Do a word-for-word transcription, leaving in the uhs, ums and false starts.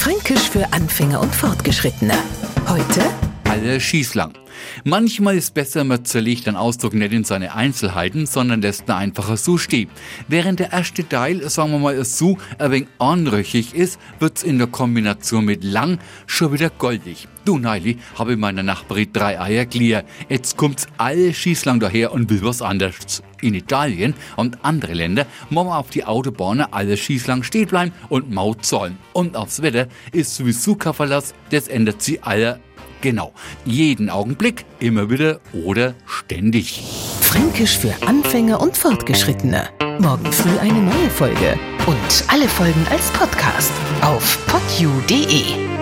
Fränkisch für Anfänger und Fortgeschrittene. Heute Aller Schießlang. Manchmal ist besser, man zerlegt den Ausdruck nicht in seine Einzelheiten, sondern lässt ihn einfach so stehen. Während der erste Teil, sagen wir mal so, ein wenig anrüchig ist, wird's in der Kombination mit lang schon wieder goldig. Du Neili, habe ich meiner Nachbarin drei Eier klar. Jetzt kommt's alle Schießlang daher und will was anderes. In Italien und andere Länder muss man auf die Autobahnen alle Schießlang stehen bleiben und Maut zahlen. Und aufs Wetter ist sowieso kein Verlass, das ändert sie alle. Genau, jeden Augenblick, immer wieder oder ständig. Fränkisch für Anfänger und Fortgeschrittene. Morgen früh eine neue Folge. Und alle Folgen als Podcast auf podu punkt de.